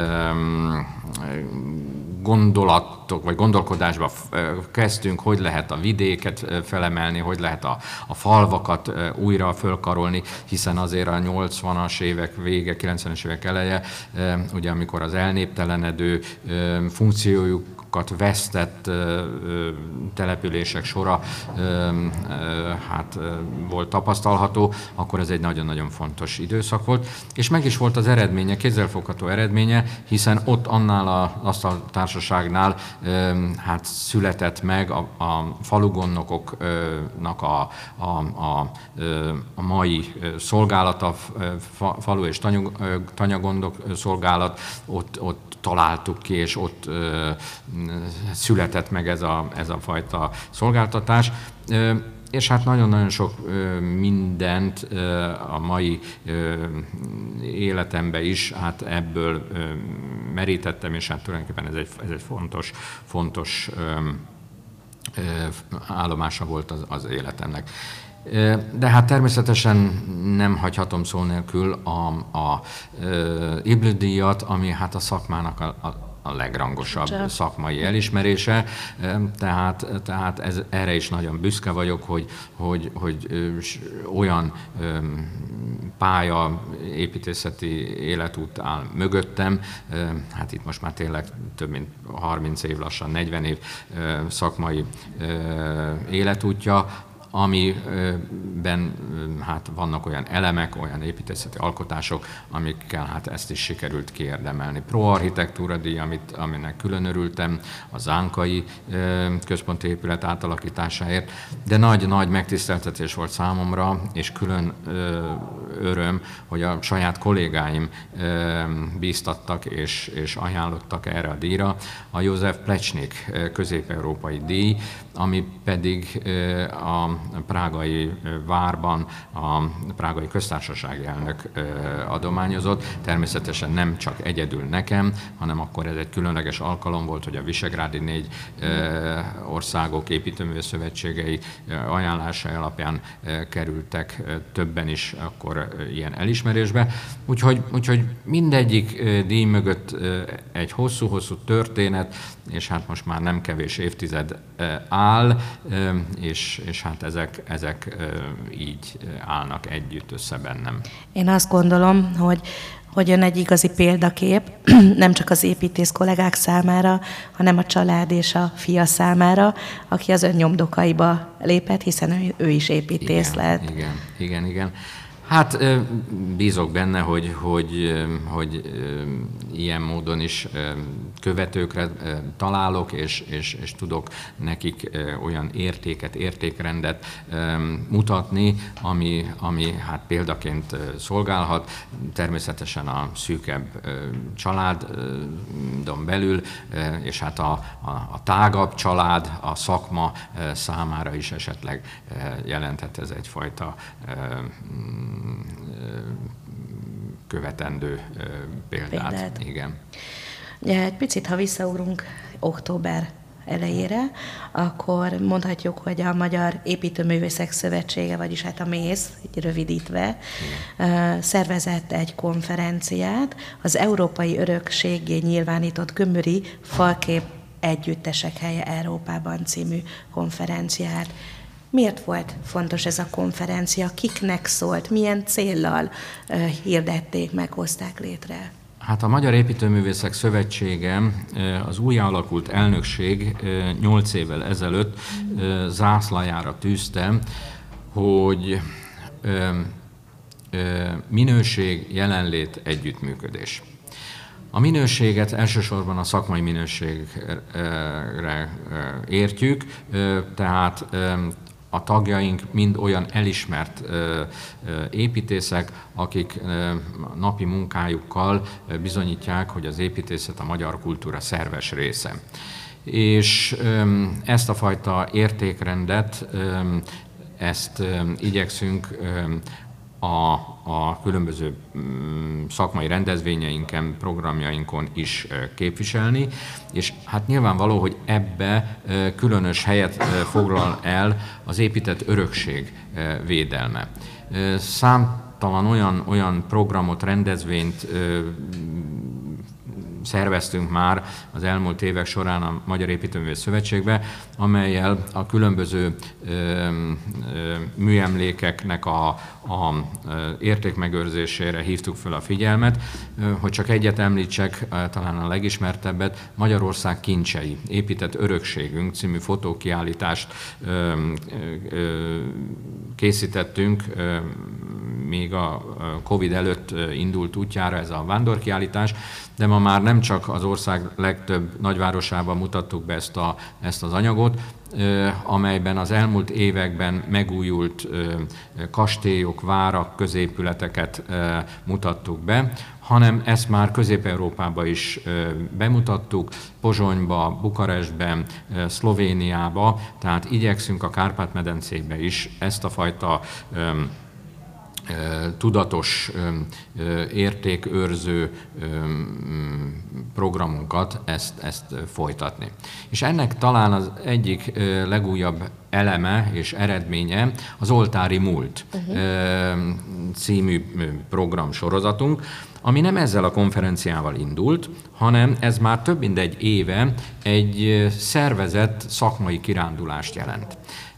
gondolatok vagy gondolkodásba kezdtünk, hogy lehet a vidéket felemelni, hogy lehet a falvakat újra fölkarolni, hiszen azért a 80-as évek vége, 90-es évek eleje, ugye amikor az elnéptelenedő funkciójukat vesztett települések sora volt tapasztalható, akkor ez egy nagyon-nagyon fontos időszak volt, és meg is volt az eredménye, kézzelfogható eredménye, hiszen ott annál az asztaltársaságnál született meg a falugondnokoknak a mai szolgálata, falu és tanyagondok szolgálat, ott találtuk ki, és ott született meg ez a fajta szolgáltatás. És hát nagyon-nagyon sok mindent a mai életemben is hát ebből merítettem, és hát tulajdonképpen ez egy fontos állomása volt az életemnek. De hát természetesen nem hagyhatom szó nélkül a Éből-díjat, ami hát a szakmának a legrangosabb szakmai elismerése, tehát erre is nagyon büszke vagyok, hogy olyan építészeti életút áll mögöttem, hát itt most már tényleg több mint 30 év, lassan 40 év szakmai életútja, amiben hát vannak olyan elemek, olyan építészeti alkotások, amikkel hát ezt is sikerült kiérdemelni. Pro Architektúra díj, aminek külön örültem, a Zánkai központi épület átalakításáért, de nagy megtiszteltetés volt számomra, és külön öröm, hogy a saját kollégáim bíztattak és ajánlottak erre a díjra. A József Plečnik közép-európai díj, ami pedig a prágai várban a prágai köztársasági elnök adományozott. Természetesen nem csak egyedül nekem, hanem akkor ez egy különleges alkalom volt, hogy a visegrádi 4 országok építőművész szövetségei ajánlásai alapján kerültek többen is akkor ilyen elismerésbe. Úgyhogy mindegyik díj mögött egy hosszú történet, és hát most már nem kevés évtized áll, és hát ezek így állnak együtt össze bennem. Én azt gondolom, hogy ön egy igazi példakép, nem csak az építész kollégák számára, hanem a család és a fia számára, aki az ön nyomdokaiba lépett, hiszen ő is építész lett. Igen. Hát bízok benne, hogy ilyen módon is követőkre találok, és tudok nekik olyan értékrendet mutatni, ami hát példaként szolgálhat. Természetesen a szűkebb családon belül, és hát a tágabb család, a szakma számára is esetleg jelenthet ez egyfajta követendő példát. Igen. Ja, egy picit, ha visszaugrunk október elejére, akkor mondhatjuk, hogy a Magyar Építőművészek Szövetsége, vagyis hát a MÉSZ, így rövidítve, szervezett egy konferenciát, az Európai Örökséggé nyilvánított gömböri falkép együttesek helye Európában című konferenciát. Miért volt fontos ez a konferencia? Kiknek szólt? Milyen céllal hirdették meg, hozták létre? Hát a Magyar Építőművészek Szövetsége, az újjáalakult elnökség 8 évvel ezelőtt zászlajára tűzte, hogy minőség, jelenlét, együttműködés. A minőséget elsősorban a szakmai minőségre értjük, tehát a tagjaink mind olyan elismert építészek, akik napi munkájukkal bizonyítják, hogy az építészet a magyar kultúra szerves része. És ezt a fajta értékrendet, ezt igyekszünk a különböző szakmai rendezvényeinken, programjainkon is képviselni, és hát nyilvánvaló, hogy ebbe különös helyet foglal el az épített örökség védelme. Számtalan olyan programot, rendezvényt szerveztünk már az elmúlt évek során a Magyar Építőművész Szövetségbe, amellyel a különböző műemlékeknek a értékmegőrzésére hívtuk fel a figyelmet. Hogy csak egyet említsek, talán a legismertebbet, Magyarország kincsei, épített örökségünk című fotókiállítást készítettünk, még a Covid előtt indult útjára ez a vándorkiállítás, de ma már nem csak az ország legtöbb nagyvárosában mutattuk be ezt az anyagot, amelyben az elmúlt években megújult kastélyok, várak, középületeket mutattuk be, hanem ezt már Közép-Európában is bemutattuk, Pozsonyba, Bukarestben, Szlovéniába, tehát igyekszünk a Kárpát-medencébe is ezt a fajta tudatos értékőrző programunkat, ezt folytatni. És ennek talán az egyik legújabb eleme és eredménye az Oltári Múlt című programsorozatunk, ami nem ezzel a konferenciával indult, hanem ez már több mint egy éve egy szervezett szakmai kirándulást jelent.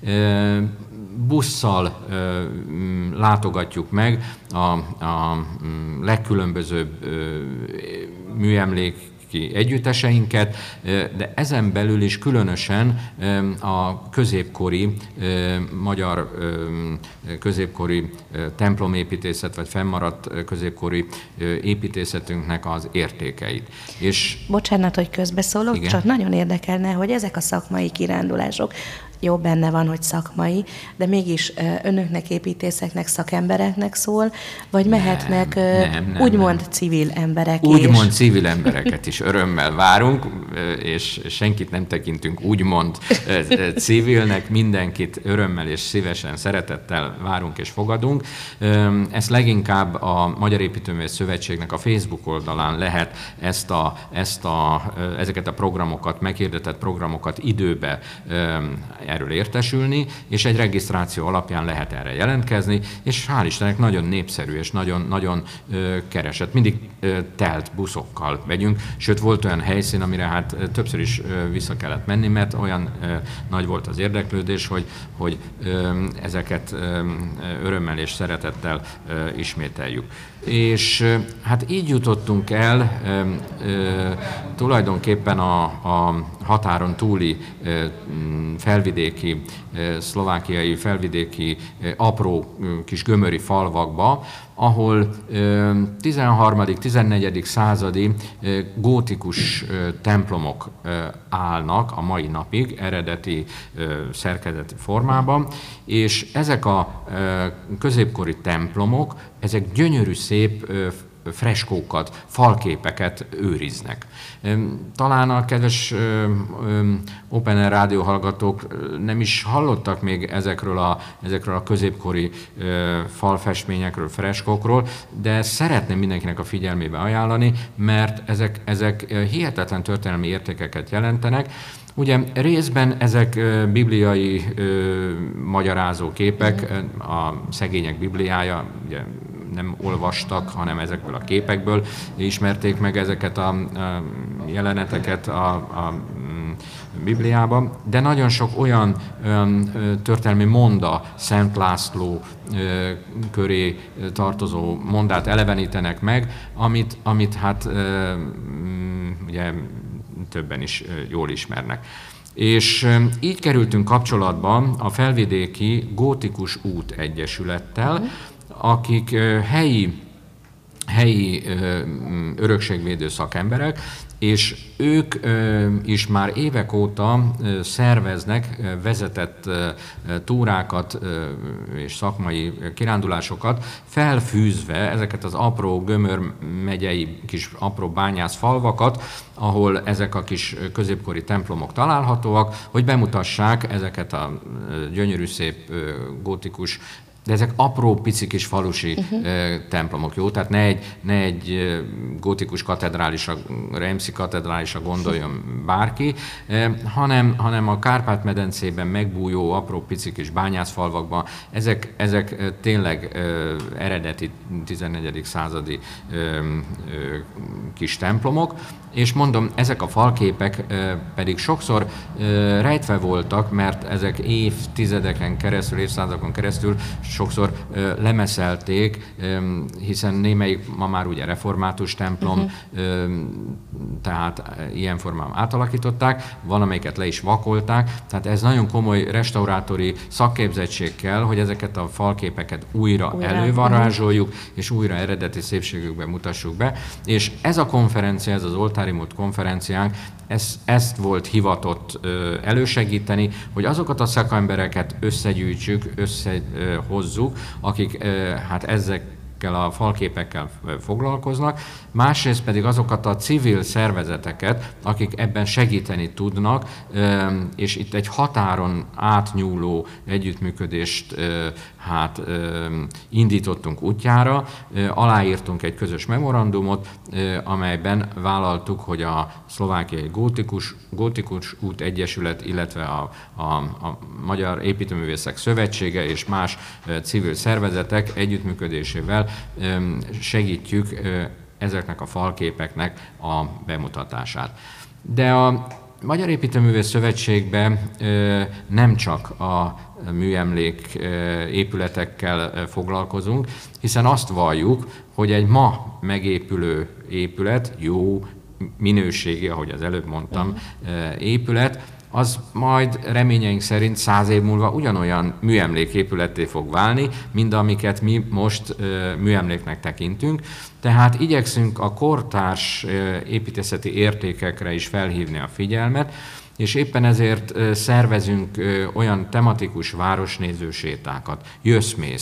Busszal látogatjuk meg a legkülönbözőbb műemléki együtteseinket, de ezen belül is különösen a középkori, magyar középkori templomépítészet, vagy fennmaradt középkori építészetünknek az értékeit. És bocsánat, hogy közbeszólok, igen? Csak nagyon érdekelne, hogy ezek a szakmai kirándulások, jó, benne van, hogy szakmai, de mégis önöknek, építészeknek, szakembereknek szól, vagy mehetnek úgymond civil emberek is? Úgymond civil embereket is örömmel várunk, és senkit nem tekintünk úgymond civilnek, mindenkit örömmel és szívesen, szeretettel várunk és fogadunk. Ezt leginkább a Magyar Építőművész Szövetségnek a Facebook oldalán lehet ezeket a programokat, meghirdetett programokat időbe erről értesülni, és egy regisztráció alapján lehet erre jelentkezni, és hál' Istennek nagyon népszerű és nagyon keresett. Mindig telt buszokkal megyünk, sőt volt olyan helyszín, amire hát többször is vissza kellett menni, mert olyan nagy volt az érdeklődés, hogy ezeket örömmel és szeretettel ismételjük. És hát így jutottunk el tulajdonképpen a határon túli felvidéki, szlovákiai felvidéki apró kis gömöri falvakba, ahol 13.-14. századi gótikus templomok állnak a mai napig, eredeti szerkezeti formában, és ezek a középkori templomok, ezek gyönyörű szép freskókat, falképeket őriznek. Talán a kedves Open Air rádió hallgatók nem is hallottak még ezekről a középkori falfestményekről, freskókról, de szeretném mindenkinek a figyelmébe ajánlani, mert ezek hihetetlen történelmi értékeket jelentenek. Ugye részben ezek bibliai magyarázó képek, a szegények bibliája, ugye nem olvastak, hanem ezekből a képekből ismerték meg ezeket a jeleneteket a Bibliában, de nagyon sok olyan történelmi monda, Szent László köré tartozó mondát elevenítenek meg, amit hát ugye többen is jól ismernek. És így kerültünk kapcsolatba a Felvidéki Gótikus Út Egyesülettel, akik helyi örökségvédő szakemberek, és ők is már évek óta szerveznek vezetett túrákat és szakmai kirándulásokat, felfűzve ezeket az apró Gömör megyei kis apró bányász falvakat, ahol ezek a kis középkori templomok találhatóak, hogy bemutassák ezeket a gyönyörű szép gótikus, de ezek apró, pici kis falusi templomok, jó? Tehát ne egy gótikus katedrálisra, Reims-i katedrálisra gondoljon bárki, hanem a Kárpát-medencében megbújó apró, pici kis bányászfalvakban, ezek tényleg eredeti 14. századi kis templomok, és mondom, ezek a falképek pedig sokszor rejtve voltak, mert ezek évtizedeken keresztül, évszázadokon keresztül sokszor lemeszelték, hiszen némelyik ma már ugye református templom, tehát ilyen formában átalakították, van amelyiket le is vakolták, tehát ez nagyon komoly restaurátori szakképzettség kell, hogy ezeket a falképeket újra elővarázsoljuk, és újra eredeti szépségükben mutassuk be, és ez a konferencia, ez az Oltári Múlt konferenciánk, ezt volt hivatott elősegíteni, hogy azokat a szakembereket összegyűjtsük, összehozzuk, akik hát ezekkel a falképekkel foglalkoznak, másrészt pedig azokat a civil szervezeteket, akik ebben segíteni tudnak, és itt egy határon átnyúló együttműködést indítottunk útjára, aláírtunk egy közös memorandumot, amelyben vállaltuk, hogy a Szlovákiai Gótikus Út Egyesület, illetve a Magyar Építőművészek Szövetsége és más civil szervezetek együttműködésével segítjük ezeknek a falképeknek a bemutatását. De a Magyar Építőművész Szövetségben nem csak a műemlék épületekkel foglalkozunk, hiszen azt valljuk, hogy egy ma megépülő épület, jó minőségi, ahogy az előbb mondtam, épület, az majd reményeink szerint 100 év múlva ugyanolyan műemléképületté fog válni, mint amiket mi most műemléknek tekintünk. Tehát igyekszünk a kortárs építészeti értékekre is felhívni a figyelmet, és éppen ezért szervezünk olyan tematikus városnéző sétákat. Jössz-mész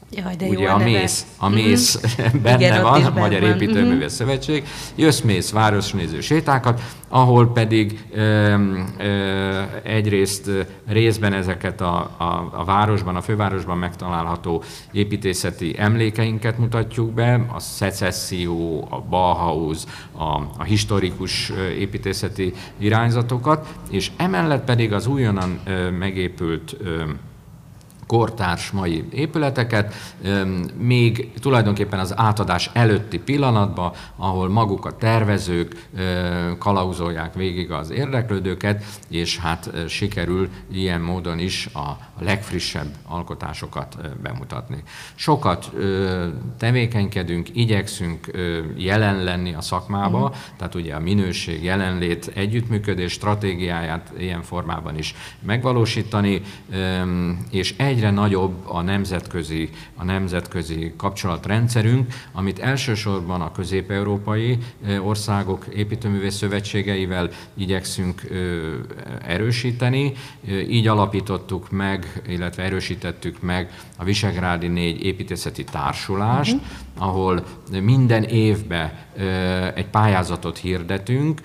Jaj, de ugye jó a mész benne igen, van, a Magyar Építőművész Szövetség, jössz-mész városnéző sétákat, ahol pedig egyrészt részben ezeket a városban, a fővárosban megtalálható építészeti emlékeinket mutatjuk be, a szecesszió, a Bauhaus, a historikus építészeti irányzatokat, és emellett pedig az újonnan megépült kortárs mai épületeket, még tulajdonképpen az átadás előtti pillanatban, ahol maguk a tervezők kalauzolják végig az érdeklődőket, és hát sikerül ilyen módon is a legfrissebb alkotásokat bemutatni. Sokat tevékenykedünk, igyekszünk jelen lenni a szakmába, tehát ugye a minőség, jelenlét, együttműködés stratégiáját ilyen formában is megvalósítani, és egyre nagyobb a nemzetközi kapcsolatrendszerünk, amit elsősorban a közép-európai országok építőművész szövetségeivel igyekszünk erősíteni. Így alapítottuk meg, illetve erősítettük meg a Visegrádi 4 építészeti társulást, ahol minden évben egy pályázatot hirdetünk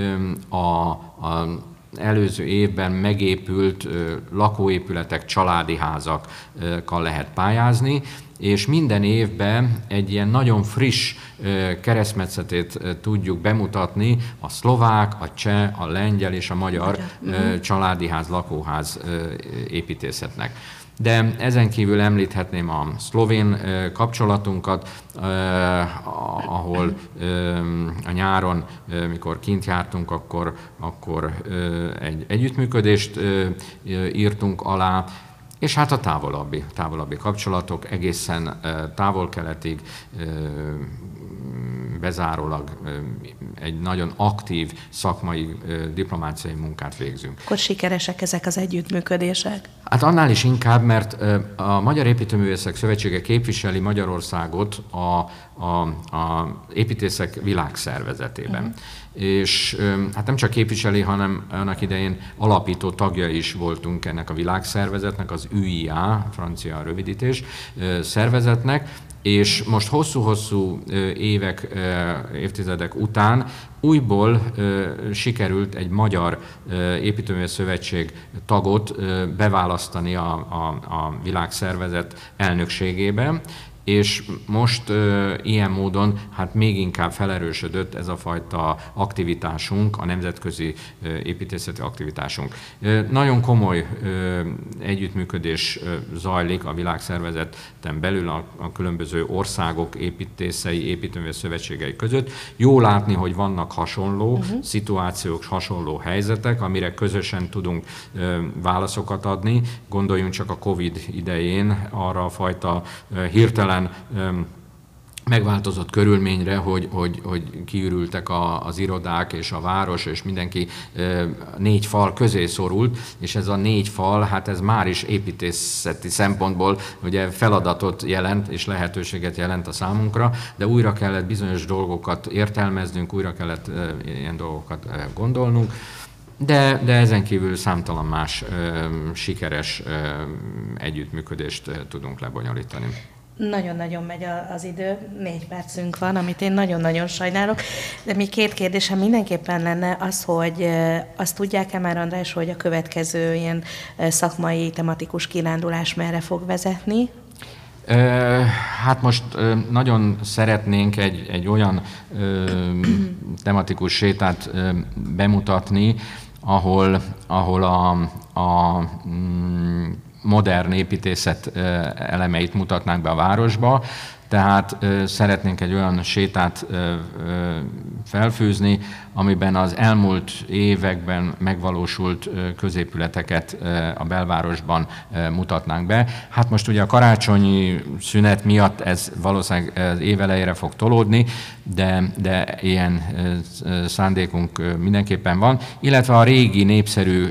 előző évben megépült lakóépületek, családi házakkal lehet pályázni, és minden évben egy ilyen nagyon friss keresztmetszetét tudjuk bemutatni a szlovák, a cseh, a lengyel és a magyar családi ház, lakóház építészetnek. De ezen kívül említhetném a szlovén kapcsolatunkat, ahol a nyáron, mikor kint jártunk, akkor egy együttműködést írtunk alá, és hát a távolabbi kapcsolatok egészen távol-keletig bezárólag egy nagyon aktív szakmai diplomáciai munkát végzünk. Akkor sikeresek ezek az együttműködések? Hát annál is inkább, mert a Magyar Építőművészek Szövetsége képviseli Magyarországot a építészek világszervezetében. És hát nem csak képviseli, hanem annak idején alapító tagja is voltunk ennek a világszervezetnek, az UIA, francia rövidítés szervezetnek, és most hosszú-hosszú évtizedek után újból sikerült egy magyar építőművész szövetség tagot beválasztani a világszervezet elnökségébe, és most ilyen módon hát még inkább felerősödött ez a fajta aktivitásunk, a nemzetközi építészeti aktivitásunk. Nagyon komoly együttműködés zajlik a világszervezeten belül a különböző országok építészei, építőművész szövetségei között. Jó látni, hogy vannak hasonló szituációk, hasonló helyzetek, amire közösen tudunk válaszokat adni. Gondoljunk csak a Covid idején arra a fajta hirtelen megváltozott körülményre, hogy kiürültek az irodák és a város, és mindenki 4 fal közé szorult, és ez a 4 fal, hát ez már is építészeti szempontból ugye feladatot jelent, és lehetőséget jelent a számunkra, de újra kellett bizonyos dolgokat értelmeznünk, újra kellett ilyen dolgokat gondolnunk. De ezen kívül számtalan más sikeres együttműködést tudunk lebonyolítani. Nagyon-nagyon megy az idő, 4 percünk van, amit én nagyon-nagyon sajnálok, de még 2 kérdésem mindenképpen lenne az, hogy azt tudják-e már, András, hogy a következő ilyen szakmai, tematikus kirándulás merre fog vezetni? Hát most nagyon szeretnénk egy olyan tematikus sétát bemutatni, ahol a modern építészet elemeit mutatnánk be a városba, tehát szeretnénk egy olyan sétát felfűzni, amiben az elmúlt években megvalósult középületeket a belvárosban mutatnánk be. Hát most ugye a karácsonyi szünet miatt ez valószínűleg az év elejére fog tolódni, de ilyen szándékunk mindenképpen van, illetve a régi népszerű,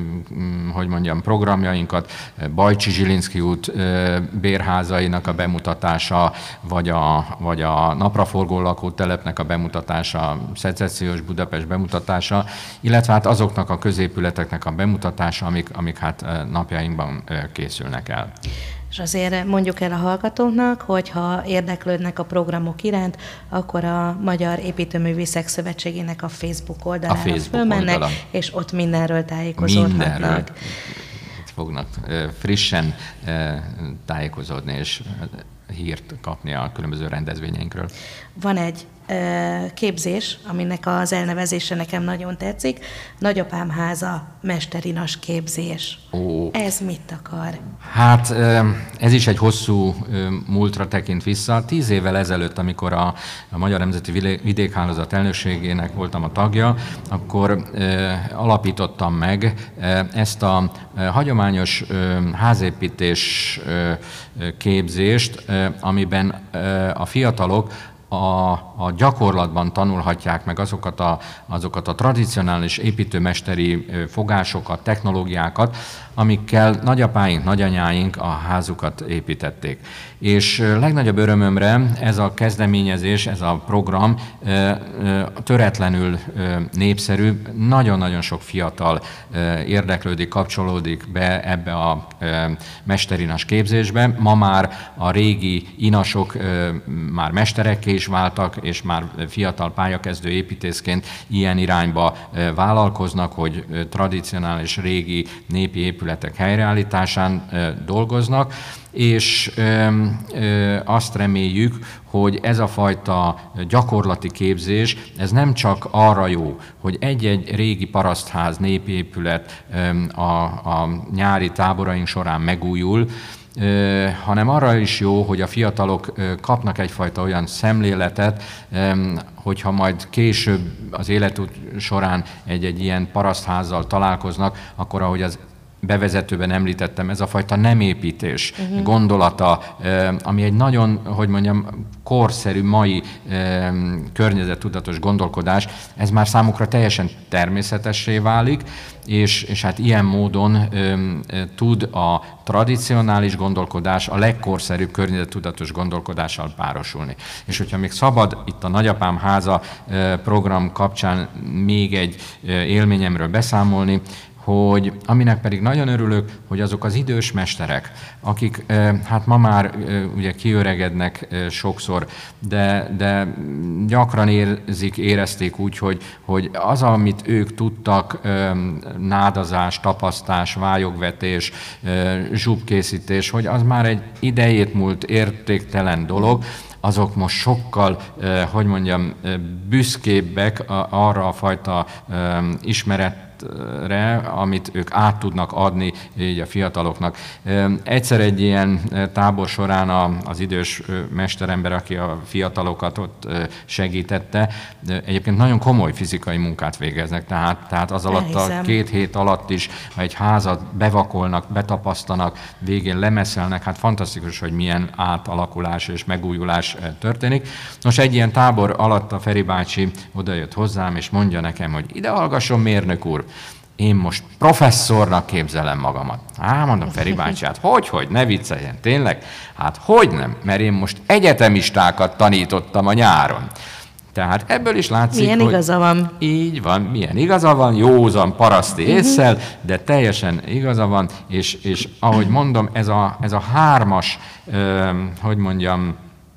programjainkat, Bajcsi Zsilinszky út bérházainak a bemutatása, vagy a napraforgó lakótelepnek a bemutatása, szecessziós Budapest bemutatása, illetve hát azoknak a középületeknek a bemutatása, amik hát napjainkban készülnek el. És azért mondjuk el a hallgatóknak, hogy ha érdeklődnek a programok iránt, akkor a Magyar Építőművészek Szövetségének a Facebook oldalára fölmennek, és ott mindenről tájékozódhatnak. Mindenről fognak frissen tájékozódni, és hírt kapni a különböző rendezvényeinkről. Van egy képzés, aminek az elnevezése nekem nagyon tetszik, Nagyapám háza mesterinas képzés. Ez mit akar? Hát ez is egy hosszú múltra tekint vissza. 10 évvel ezelőtt, amikor a Magyar Nemzeti Vidékhálózat elnökségének voltam a tagja, akkor alapítottam meg ezt a hagyományos házépítés képzést, amiben a fiatalok a gyakorlatban tanulhatják meg azokat a tradicionális építőmesteri fogásokat, technológiákat, amikkel nagyapáink, nagyanyáink a házukat építették. És legnagyobb örömömre ez a kezdeményezés, ez a program töretlenül népszerű, nagyon-nagyon sok fiatal érdeklődik, kapcsolódik be ebbe a mesterinas képzésbe. Ma már a régi inasok már mesterekké is váltak, és már fiatal pályakezdő építészként ilyen irányba vállalkoznak, hogy tradicionális régi népi épületek helyreállításán dolgoznak, és azt reméljük, hogy ez a fajta gyakorlati képzés, ez nem csak arra jó, hogy egy-egy régi parasztház, népépület a nyári táboraink során megújul, hanem arra is jó, hogy a fiatalok kapnak egyfajta olyan szemléletet, hogyha majd később az életük során egy ilyen parasztházzal találkoznak, akkor ahogy az bevezetőben említettem, ez a fajta nemépítés gondolata, ami egy nagyon, hogy mondjam, korszerű, mai környezettudatos gondolkodás, ez már számukra teljesen természetessé válik, és hát ilyen módon tud a tradicionális gondolkodás a legkorszerűbb környezettudatos gondolkodással párosulni. És hogyha még szabad itt a Nagyapám háza program kapcsán még egy élményemről beszámolni, hogy aminek pedig nagyon örülök, hogy azok az idős mesterek, akik hát ma már ugye kiöregednek sokszor, de gyakran érezték úgy, hogy az, amit ők tudtak, nádazás, tapasztás, vályogvetés, zsubkészítés, hogy az már egy idejét múlt értéktelen dolog, azok most sokkal, hogy mondjam, büszkébbek arra a fajta ismeretre, amit ők át tudnak adni így a fiataloknak. Egyszer egy ilyen tábor során az idős mesterember, aki a fiatalokat ott segítette, egyébként nagyon komoly fizikai munkát végeznek, tehát az alatt a 2 hét alatt is, ha egy házat bevakolnak, betapasztanak, végén lemeszelnek, hát fantasztikus, hogy milyen átalakulás és megújulás történik. Nos, egy ilyen tábor alatt a Feri bácsi odajött hozzám, és mondja nekem, hogy ide hallgasson, mérnök úr, én most professzornak képzelem magamat. Mondom, Feri bácsi, hát hogy, ne vicceljen, tényleg? Hát hogy nem, mert én most egyetemistákat tanítottam a nyáron. Tehát ebből is látszik, milyen igaza van. Így van, milyen igaza van, józan paraszti ésszel, de teljesen igaza van, és ahogy mondom, ez a 3-as, hogy mondjam,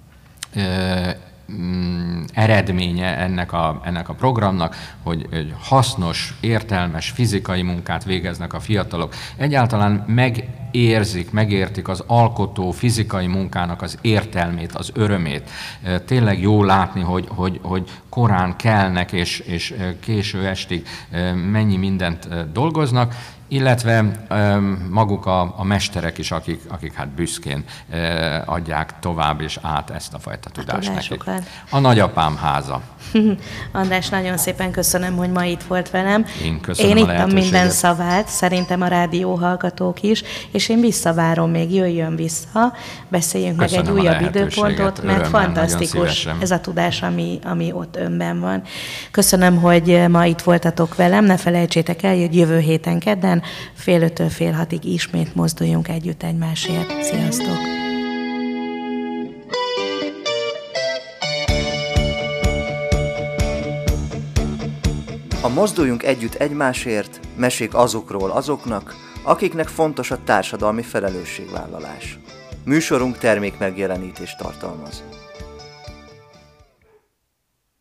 eredménye ennek a programnak, hogy hasznos, értelmes fizikai munkát végeznek a fiatalok. Egyáltalán megértik az alkotó fizikai munkának az értelmét, az örömét. Tényleg jó látni, hogy korán kelnek, és késő estig mennyi mindent dolgoznak, illetve maguk a mesterek is, akik hát büszkén adják tovább és át ezt a fajta tudást nekik. A Nagyapám háza. András, nagyon szépen köszönöm, hogy ma itt volt velem. Én köszönöm a lehetőséget. Ittam minden szavát, szerintem a rádióhallgatók is, és én visszavárom még, jöjjön vissza, beszéljünk köszönöm meg egy újabb időpontot, mert fantasztikus ez a tudás, ami ott önben van. Köszönöm, hogy ma itt voltatok velem, ne felejtsétek el, hogy jövő héten kedden 4:30-től 5:30 ismét mozduljunk együtt egymásért. Sziasztok! A Mozduljunk együtt egymásért, mesék azokról azoknak, akiknek fontos a társadalmi felelősségvállalás. Műsorunk termékmegjelenítést tartalmaz.